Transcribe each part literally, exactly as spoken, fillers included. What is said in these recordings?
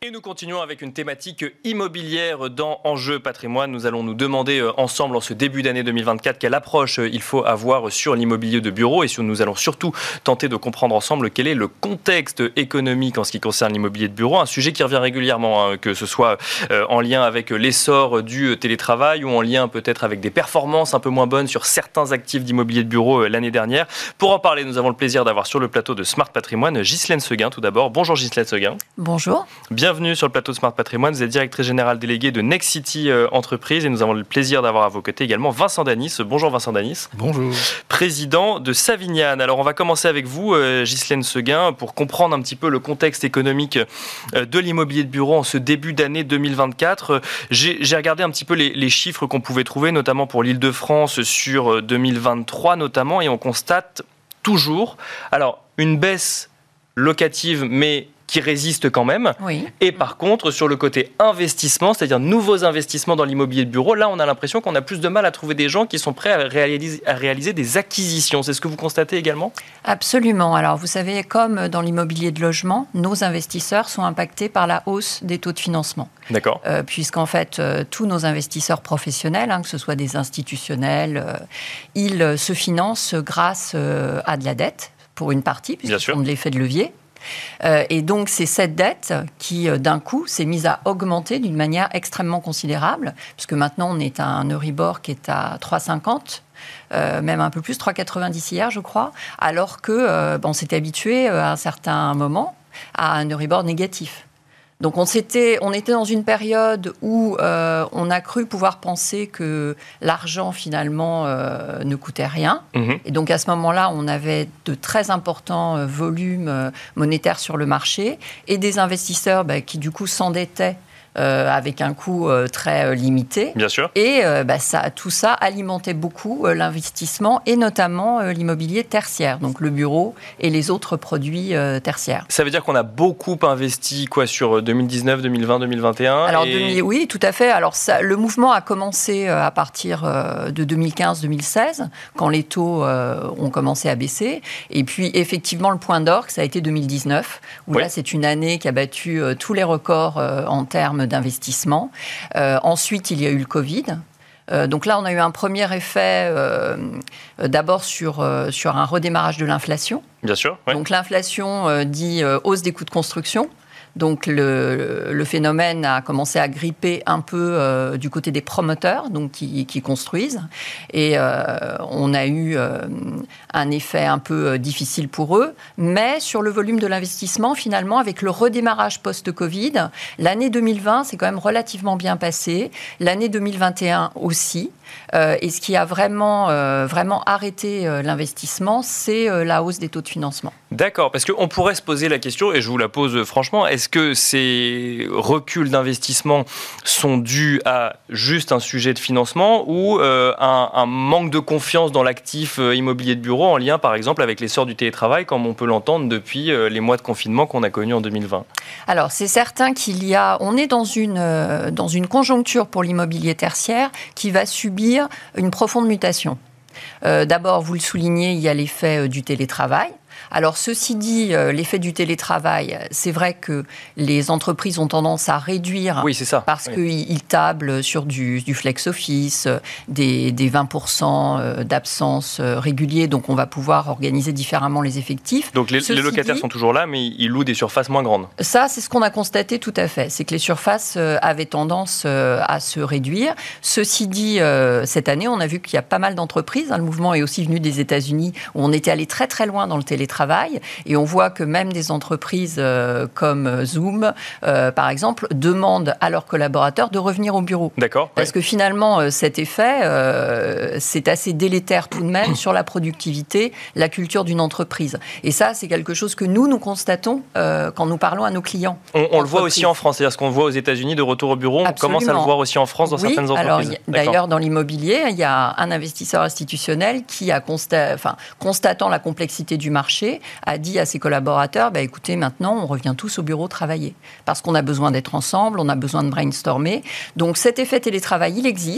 Et nous continuons avec une thématique immobilière dans Enjeux Patrimoine. Nous allons nous demander ensemble en ce début d'année deux mille vingt-quatre quelle approche il faut avoir sur l'immobilier de bureau et nous allons surtout tenter de comprendre ensemble quel est le contexte économique en ce qui concerne l'immobilier de bureau. Un sujet qui revient régulièrement, hein, que ce soit en lien avec l'essor du télétravail ou en lien peut-être avec des performances un peu moins bonnes sur certains actifs d'immobilier de bureau l'année dernière. Pour en parler, nous avons le plaisir d'avoir sur le plateau de Smart Patrimoine Ghislaine Seguin tout d'abord. Bonjour Ghislaine Seguin. Bonjour. Bienvenue sur le plateau de Smart Patrimoine. Vous êtes directrice générale déléguée de Next City euh, Entreprises et nous avons le plaisir d'avoir à vos côtés également Vincent Danis. Bonjour Vincent Danis. Bonjour. Président de Savignane. Alors on va commencer avec vous, euh, Ghislaine Seguin, pour comprendre un petit peu le contexte économique euh, de l'immobilier de bureau en ce début d'année deux mille vingt-quatre. Euh, j'ai, j'ai regardé un petit peu les, les chiffres qu'on pouvait trouver, notamment pour l'Île-de-France sur euh, deux mille vingt-trois notamment, et on constate toujours alors une baisse locative, mais qui résiste quand même. Oui. Et par contre, sur le côté investissement, c'est-à-dire nouveaux investissements dans l'immobilier de bureau, là, on a l'impression qu'on a plus de mal à trouver des gens qui sont prêts à réaliser, à réaliser des acquisitions. C'est ce que vous constatez également ? Absolument. Alors, vous savez, comme dans l'immobilier de logement, nos investisseurs sont impactés par la hausse des taux de financement. D'accord. Euh, puisqu'en fait, euh, tous nos investisseurs professionnels, hein, que ce soit des institutionnels, euh, ils euh, se financent grâce euh, à de la dette, pour une partie, puisqu'ils font de l'effet de levier. Euh, et donc, c'est cette dette qui, euh, d'un coup, s'est mise à augmenter d'une manière extrêmement considérable, puisque maintenant, on est à un Euribor qui est à trois virgule cinquante, euh, même un peu plus, trois virgule quatre-vingt-dix hier, je crois, alors qu'on euh, on s'était habitué euh, à un certain moment à un Euribor négatif. Donc on, s'était, on était dans une période où euh, on a cru pouvoir penser que l'argent finalement euh, ne coûtait rien. Mmh. Et donc à ce moment-là, on avait de très importants euh, volumes euh, monétaires sur le marché et des investisseurs bah, qui du coup s'endettaient Euh, avec un coût euh, très euh, limité. Bien sûr. Et euh, bah, ça, tout ça alimentait beaucoup euh, l'investissement et notamment euh, l'immobilier tertiaire, donc le bureau et les autres produits euh, tertiaires. Ça veut dire qu'on a beaucoup investi quoi, sur deux mille dix-neuf, deux mille vingt, deux mille vingt et un Alors, et... deux mille, oui, tout à fait. Alors, ça, le mouvement a commencé euh, à partir euh, de deux mille quinze deux mille seize, quand les taux euh, ont commencé à baisser. Et puis, effectivement, le point d'orgue, ça a été deux mille dix-neuf, où oui. Là, c'est une année qui a battu euh, tous les records euh, en termes d'investissement. Euh, ensuite, il y a eu le Covid. Euh, donc là, on a eu un premier effet euh, d'abord sur, euh, sur un redémarrage de l'inflation. Bien sûr. Ouais. Donc l'inflation euh, dit euh, hausse des coûts de construction. Donc le, le phénomène a commencé à gripper un peu euh, du côté des promoteurs, donc qui, qui construisent, et euh, on a eu euh, un effet un peu difficile pour eux. Mais sur le volume de l'investissement, finalement, avec le redémarrage post-Covid, l'année deux mille vingt s'est quand même relativement bien passée, l'année deux mille vingt et un aussi. Euh, et ce qui a vraiment, euh, vraiment arrêté euh, l'investissement, c'est euh, la hausse des taux de financement. D'accord, parce qu'on pourrait se poser la question, et je vous la pose franchement, est-ce que ces reculs d'investissement sont dus à juste un sujet de financement ou euh, un, un manque de confiance dans l'actif euh, immobilier de bureau en lien, par exemple, avec l'essor du télétravail, comme on peut l'entendre depuis euh, les mois de confinement qu'on a connus en deux mille vingt ? Alors, c'est certain qu'il y a... On est dans une, euh, dans une conjoncture pour l'immobilier tertiaire qui va subir une profonde mutation. Euh, d'abord, vous le soulignez, il y a l'effet euh, du télétravail. Alors, ceci dit, euh, l'effet du télétravail, c'est vrai que les entreprises ont tendance à réduire oui, c'est ça. parce oui. qu'ils tablent sur du, du flex office, des, des vingt pour cent d'absence réguliers, donc on va pouvoir organiser différemment les effectifs. Donc les, les locataires dit, sont toujours là, mais ils louent des surfaces moins grandes. Ça, c'est ce qu'on a constaté tout à fait, c'est que les surfaces avaient tendance à se réduire. Ceci dit, cette année, on a vu qu'il y a pas mal d'entreprises, hein, le mouvement est aussi venu des États-Unis, où on était allé très très loin dans le télétravail. Travail, et on voit que même des entreprises euh, comme Zoom, euh, par exemple, demandent à leurs collaborateurs de revenir au bureau. D'accord. Parce oui. que finalement, euh, cet effet, euh, c'est assez délétère tout de même sur la productivité, la culture d'une entreprise. Et ça, c'est quelque chose que nous, nous constatons euh, quand nous parlons à nos clients. On, on le voit aussi en France, c'est-à-dire ce qu'on voit aux États-Unis de retour au bureau, on Absolument. commence à le voir aussi en France dans oui, certaines entreprises. Alors, y, d'ailleurs, dans l'immobilier, il y a un investisseur institutionnel qui, a consta- enfin, constatant la complexité du marché, a dit à ses collaborateurs, bah, écoutez, maintenant, on revient tous au bureau travailler. Parce qu'on a besoin d'être ensemble, on a besoin de brainstormer. Donc, cet effet télétravail, il existe.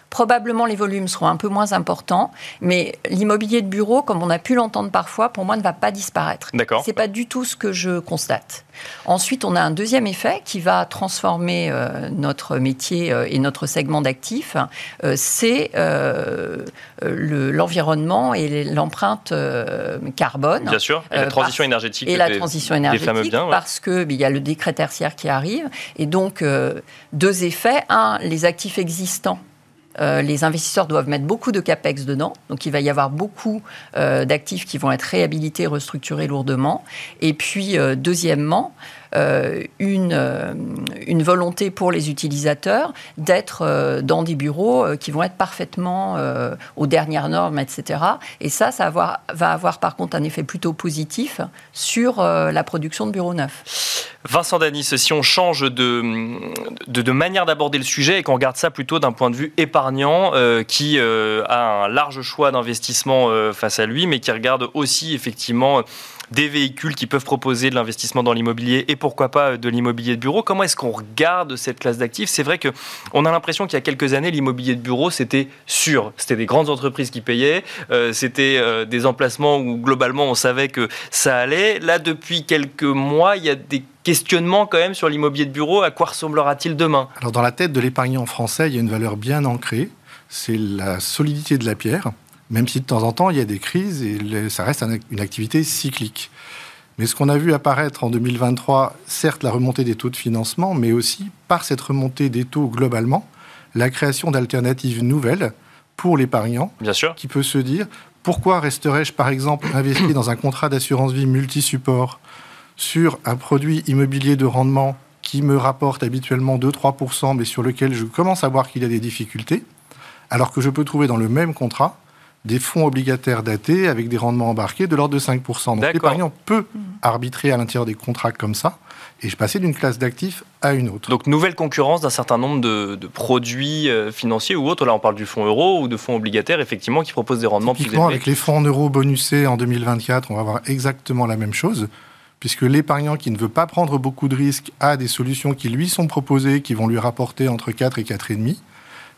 Probablement, les volumes seront un peu moins importants, mais l'immobilier de bureau, comme on a pu l'entendre parfois, pour moi, ne va pas disparaître. D'accord. Ce n'est pas du tout ce que je constate. Ensuite, on a un deuxième effet qui va transformer euh, notre métier euh, et notre segment d'actifs. Euh, c'est euh, le, l'environnement et l'empreinte euh, carbone. Bien sûr, et la transition euh, énergétique. Et des, la transition énergétique, fameux biens, ouais. Parce qu'il y a le décret tertiaire qui arrive. Et donc, euh, deux effets. Un, les actifs existants. Euh, les investisseurs doivent mettre beaucoup de capex dedans, donc il va y avoir beaucoup euh, d'actifs qui vont être réhabilités, restructurés lourdement. Et puis, euh, deuxièmement, euh, une, euh, une volonté pour les utilisateurs d'être euh, dans des bureaux euh, qui vont être parfaitement euh, aux dernières normes, et cetera. Et ça, ça va avoir, va avoir par contre un effet plutôt positif sur euh, la production de bureaux neufs. Vincent Danis, si on change de, de, de manière d'aborder le sujet et qu'on regarde ça plutôt d'un point de vue épargnant, euh, qui euh, a un large choix d'investissement euh, face à lui, mais qui regarde aussi effectivement des véhicules qui peuvent proposer de l'investissement dans l'immobilier et pourquoi pas de l'immobilier de bureau. Comment est-ce qu'on regarde cette classe d'actifs ? C'est vrai qu'on a l'impression qu'il y a quelques années, l'immobilier de bureau, c'était sûr. C'était des grandes entreprises qui payaient, euh, c'était euh, des emplacements où globalement on savait que ça allait. Là, depuis quelques mois, il y a des questionnements quand même sur l'immobilier de bureau. À quoi ressemblera-t-il demain ? Alors dans la tête de l'épargnant français, il y a une valeur bien ancrée, c'est la solidité de la pierre. Même si de temps en temps, il y a des crises et ça reste une activité cyclique. Mais ce qu'on a vu apparaître en deux mille vingt-trois, certes la remontée des taux de financement, mais aussi par cette remontée des taux globalement, la création d'alternatives nouvelles pour l'épargnant, bien sûr, qui peut se dire pourquoi resterais-je par exemple investi dans un contrat d'assurance vie multi-support sur un produit immobilier de rendement qui me rapporte habituellement deux à trois pour cent, mais sur lequel je commence à voir qu'il y a des difficultés, alors que je peux trouver dans le même contrat des fonds obligataires datés avec des rendements embarqués de l'ordre de cinq pour cent. Donc D'accord. l'épargnant peut arbitrer à l'intérieur des contrats comme ça et je passais d'une classe d'actifs à une autre. Donc nouvelle concurrence d'un certain nombre de, de produits euh, financiers ou autres. Là, on parle du fonds euro ou de fonds obligataires, effectivement, qui proposent des rendements plus élevés. Avec les fonds en euros bonusés en deux mille vingt-quatre, on va avoir exactement la même chose, puisque l'épargnant qui ne veut pas prendre beaucoup de risques a des solutions qui lui sont proposées, qui vont lui rapporter entre quatre et quatre virgule cinq.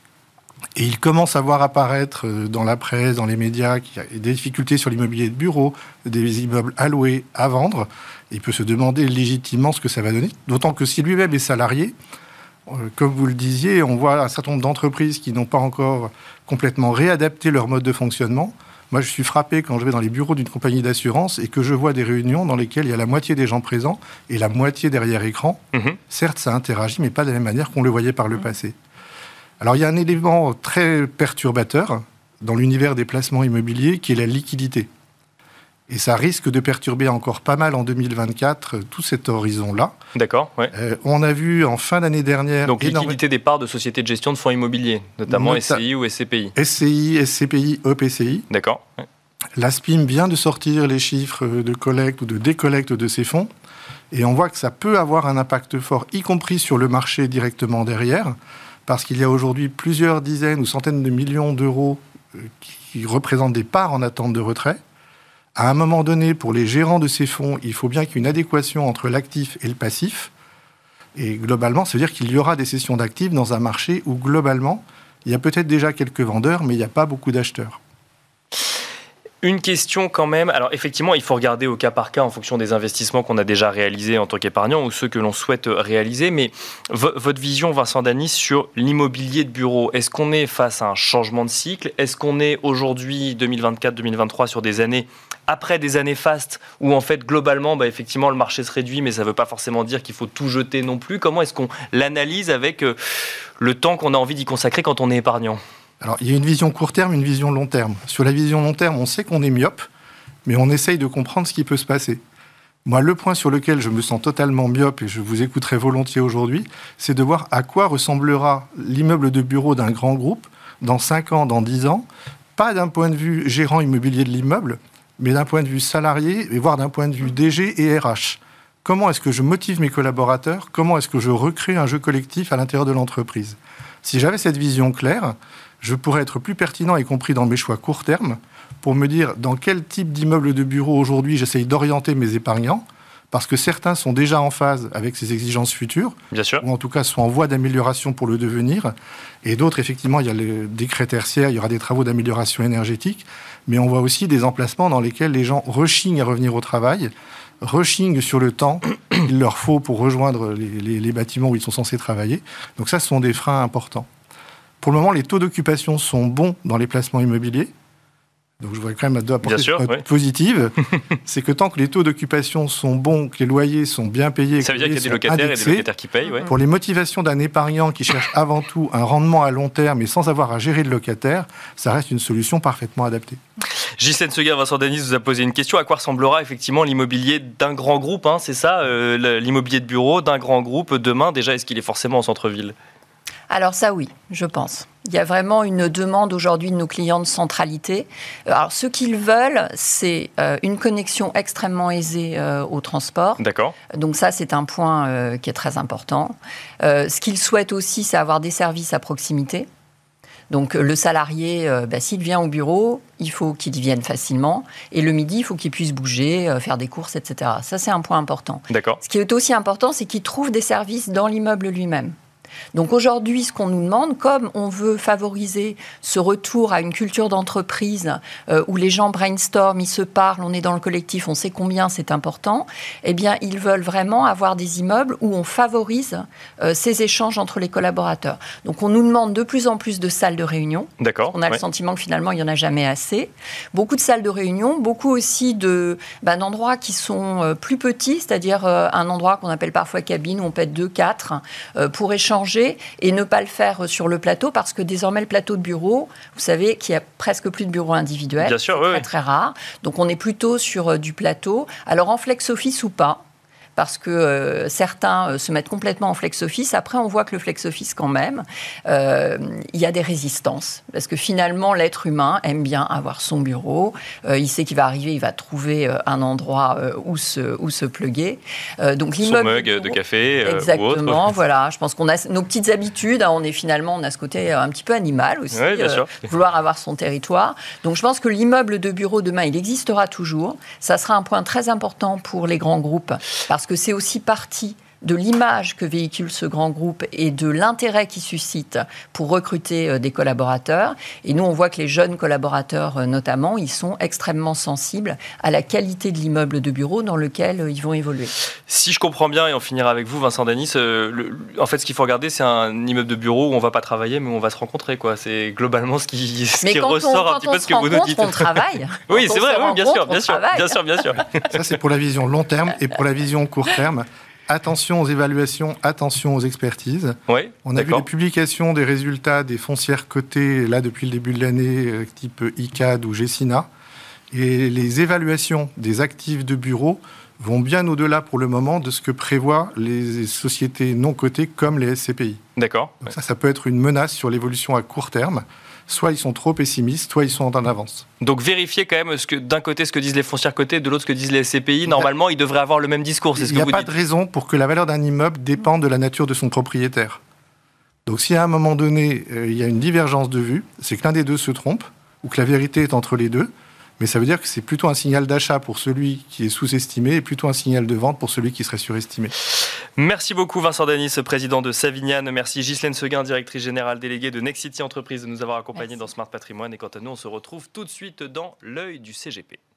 Et il commence à voir apparaître dans la presse, dans les médias, qu'il y a des difficultés sur l'immobilier de bureau, des immeubles à louer, à vendre. Et il peut se demander légitimement ce que ça va donner. D'autant que si lui-même est salarié, euh, comme vous le disiez, on voit un certain nombre d'entreprises qui n'ont pas encore complètement réadapté leur mode de fonctionnement. Moi, je suis frappé quand je vais dans les bureaux d'une compagnie d'assurance et que je vois des réunions dans lesquelles il y a la moitié des gens présents et la moitié derrière écran. Mmh. Certes, ça interagit, mais pas de la même manière qu'on le voyait par le mmh. passé. Alors, il y a un élément très perturbateur dans l'univers des placements immobiliers qui est la liquidité. Et ça risque de perturber encore pas mal en deux mille vingt-quatre tout cet horizon-là. D'accord, ouais. Euh, on a vu en fin d'année dernière... Donc, énorme... liquidité des parts de sociétés de gestion de fonds immobiliers, notamment Nota... S C I ou S C P I. S C I, S C P I, E P C I. D'accord. Ouais. La S P I M vient de sortir les chiffres de collecte ou de décollecte de ces fonds. Et on voit que ça peut avoir un impact fort, y compris sur le marché directement derrière, parce qu'il y a aujourd'hui plusieurs dizaines ou centaines de millions d'euros qui représentent des parts en attente de retrait. À un moment donné, pour les gérants de ces fonds, il faut bien qu'il y ait une adéquation entre l'actif et le passif. Et globalement, ça veut dire qu'il y aura des cessions d'actifs dans un marché où, globalement, il y a peut-être déjà quelques vendeurs, mais il n'y a pas beaucoup d'acheteurs. Une question quand même, alors effectivement il faut regarder au cas par cas en fonction des investissements qu'on a déjà réalisés en tant qu'épargnant ou ceux que l'on souhaite réaliser, mais v- votre vision Vincent Danis sur l'immobilier de bureau, est-ce qu'on est face à un changement de cycle ? Est-ce qu'on est aujourd'hui deux mille vingt-quatre deux mille vingt-trois sur des années après des années fastes où en fait globalement bah, effectivement le marché se réduit mais ça ne veut pas forcément dire qu'il faut tout jeter non plus ? Comment est-ce qu'on l'analyse avec euh, le temps qu'on a envie d'y consacrer quand on est épargnant ? Alors, il y a une vision court terme, une vision long terme. Sur la vision long terme, on sait qu'on est myope, mais on essaye de comprendre ce qui peut se passer. Moi, le point sur lequel je me sens totalement myope, et je vous écouterai volontiers aujourd'hui, c'est de voir à quoi ressemblera l'immeuble de bureau d'un grand groupe dans cinq ans, dans dix ans, pas d'un point de vue gérant immobilier de l'immeuble, mais d'un point de vue salarié, et voire d'un point de vue D G et R H. Comment est-ce que je motive mes collaborateurs ? Comment est-ce que je recrée un jeu collectif à l'intérieur de l'entreprise ? Si j'avais cette vision claire, je pourrais être plus pertinent, y compris dans mes choix court terme, pour me dire dans quel type d'immeuble de bureau aujourd'hui j'essaye d'orienter mes épargnants, parce que certains sont déjà en phase avec ces exigences futures, Bien sûr. ou en tout cas sont en voie d'amélioration pour le devenir, et d'autres, effectivement, il y a le décret tertiaire, il y aura des travaux d'amélioration énergétique, mais on voit aussi des emplacements dans lesquels les gens rechignent à revenir au travail, rechignent sur le temps qu'il leur faut pour rejoindre les, les, les bâtiments où ils sont censés travailler. Donc ça, ce sont des freins importants. Pour le moment, les taux d'occupation sont bons dans les placements immobiliers. Donc je voudrais quand même apporter une note ouais. positive. C'est que tant que les taux d'occupation sont bons, que les loyers sont bien payés... Ça veut dire qu'il y a des locataires indexés, et des locataires qui payent. Ouais. Pour les motivations d'un épargnant qui cherche avant tout un rendement à long terme et sans avoir à gérer le locataire, ça reste une solution parfaitement adaptée. Ghislaine Seguin, Vincent Denis vous a posé une question. À quoi ressemblera effectivement l'immobilier d'un grand groupe hein, c'est ça, euh, l'immobilier de bureau d'un grand groupe demain. Déjà, est-ce qu'il est forcément en centre-ville ? Alors ça, oui, je pense. Il y a vraiment une demande aujourd'hui de nos clients de centralité. Alors, ce qu'ils veulent, c'est euh, une connexion extrêmement aisée euh, au transport. D'accord. Donc ça, c'est un point euh, qui est très important. Euh, ce qu'ils souhaitent aussi, c'est avoir des services à proximité. Donc, le salarié, euh, bah, s'il vient au bureau, il faut qu'il y vienne facilement. Et le midi, il faut qu'il puisse bouger, euh, faire des courses, et cetera. Ça, c'est un point important. D'accord. Ce qui est aussi important, c'est qu'il trouve des services dans l'immeuble lui-même. Donc aujourd'hui, ce qu'on nous demande, comme on veut favoriser ce retour à une culture d'entreprise euh, où les gens brainstorment, ils se parlent, on est dans le collectif, on sait combien c'est important, eh bien, ils veulent vraiment avoir des immeubles où on favorise euh, ces échanges entre les collaborateurs. Donc on nous demande de plus en plus de salles de réunion. D'accord. On a ouais. le sentiment que finalement, il n'y en a jamais assez. Beaucoup de salles de réunion, beaucoup aussi de, bah, d'endroits qui sont euh, plus petits, c'est-à-dire euh, un endroit qu'on appelle parfois cabine, où on peut être deux, quatre, euh, pour échanger et ne pas le faire sur le plateau parce que désormais le plateau de bureau, vous savez qu'il y a presque plus de bureaux individuels. Bien sûr, c'est oui, très oui. très rare. Donc on est plutôt sur euh, du plateau. Alors en flex office ou pas, parce que euh, certains euh, se mettent complètement en flex-office. Après, on voit que le flex-office, quand même, euh, il y a des résistances. Parce que finalement, l'être humain aime bien avoir son bureau. Euh, il sait qu'il va arriver, il va trouver euh, un endroit euh, où se, où se pluguer. Euh, donc, son mug de, de café euh, exactement, ou autre. Voilà. Je pense qu'on a nos petites habitudes. Hein, on est finalement, on a ce côté un petit peu animal aussi. Oui, bien sûr. Euh, vouloir avoir son territoire. Donc, je pense que l'immeuble de bureau, demain, il existera toujours. Ça sera un point très important pour les grands groupes. Parce que c'est aussi partie de l'image que véhicule ce grand groupe et de l'intérêt qu'il suscite pour recruter des collaborateurs. Et nous, on voit que les jeunes collaborateurs, notamment, ils sont extrêmement sensibles à la qualité de l'immeuble de bureau dans lequel ils vont évoluer. Si je comprends bien, et on finira avec vous, Vincent Denis, euh, le, en fait, ce qu'il faut regarder, c'est un immeuble de bureau où on ne va pas travailler, mais où on va se rencontrer, quoi. C'est globalement ce qui, ce qui ressort on, un petit peu de ce que vous nous dites. On travaille. Oui, c'est vrai, oui, bien sûr, bien sûr, bien sûr, bien sûr. Ça, c'est pour la vision long terme et pour la vision court terme. Attention aux évaluations, attention aux expertises. Oui, on a vu les publications des résultats des foncières cotées, là, depuis le début de l'année, type I C A D ou Gecina. Et les évaluations des actifs de bureau vont bien au-delà, pour le moment, de ce que prévoient les sociétés non cotées comme les S C P I. D'accord. Donc ça, ça peut être une menace sur l'évolution à court terme. Soit ils sont trop pessimistes, soit ils sont en avance. Donc vérifiez quand même ce que, d'un côté ce que disent les foncières cotées, de l'autre ce que disent les S C P I. Normalement, ils devraient avoir le même discours, c'est ce que vous dites. Il n'y a pas de raison pour que la valeur d'un immeuble dépende de la nature de son propriétaire. Donc si à un moment donné, euh, il y a une divergence de vue, c'est que l'un des deux se trompe, ou que la vérité est entre les deux. Mais ça veut dire que c'est plutôt un signal d'achat pour celui qui est sous-estimé et plutôt un signal de vente pour celui qui serait surestimé. Merci beaucoup Vincent Denis, président de Savignane. Merci Ghislaine Seguin, directrice générale déléguée de Nexity Entreprises, de nous avoir accompagnés dans Smart Patrimoine. Et quant à nous, on se retrouve tout de suite dans l'œil du C G P.